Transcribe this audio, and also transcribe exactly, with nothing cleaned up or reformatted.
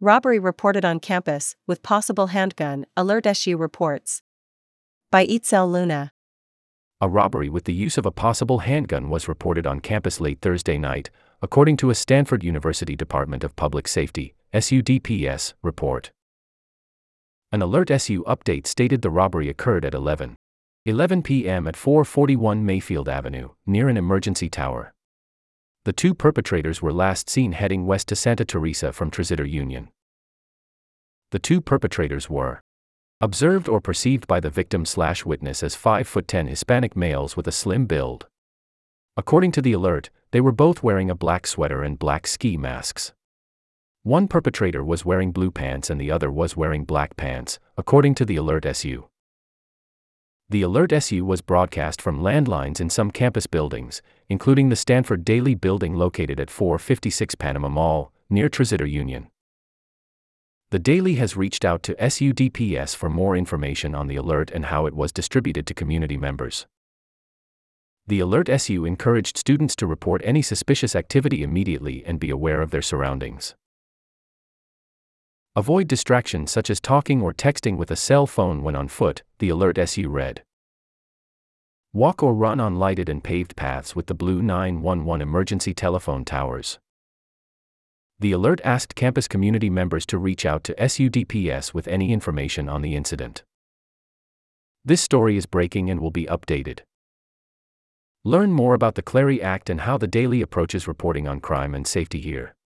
Robbery reported on campus, with possible handgun, Alert S U reports. By Itzel Luna. A robbery with the use of a possible handgun was reported on campus late Thursday night, according to a Stanford University Department of Public Safety, S U D P S, report. An Alert S U update stated the robbery occurred at eleven eleven p m at four forty-one Mayfield Avenue, near an emergency tower. The two perpetrators were last seen heading west to Santa Teresa from Trezidor Union. The two perpetrators were observed or perceived by the victim/witness as five foot ten Hispanic males with a slim build. According to the alert, they were both wearing a black sweater and black ski masks. One perpetrator was wearing blue pants and the other was wearing black pants, according to the Alert S U. The Alert S U was broadcast from landlines in some campus buildings, including the Stanford Daily building located at four fifty-six Panama Mall, near Trezidor Union. The Daily has reached out to S U D P S for more information on the alert and how it was distributed to community members. The Alert S U encouraged students to report any suspicious activity immediately and be aware of their surroundings. Avoid distractions such as talking or texting with a cell phone when on foot, the Alert S U read. Walk or run on lighted and paved paths with the blue nine one one emergency telephone towers. The alert asked campus community members to reach out to S U D P S with any information on the incident. This story is breaking and will be updated. Learn more about the Clary Act and how the Daily approaches reporting on crime and safety here.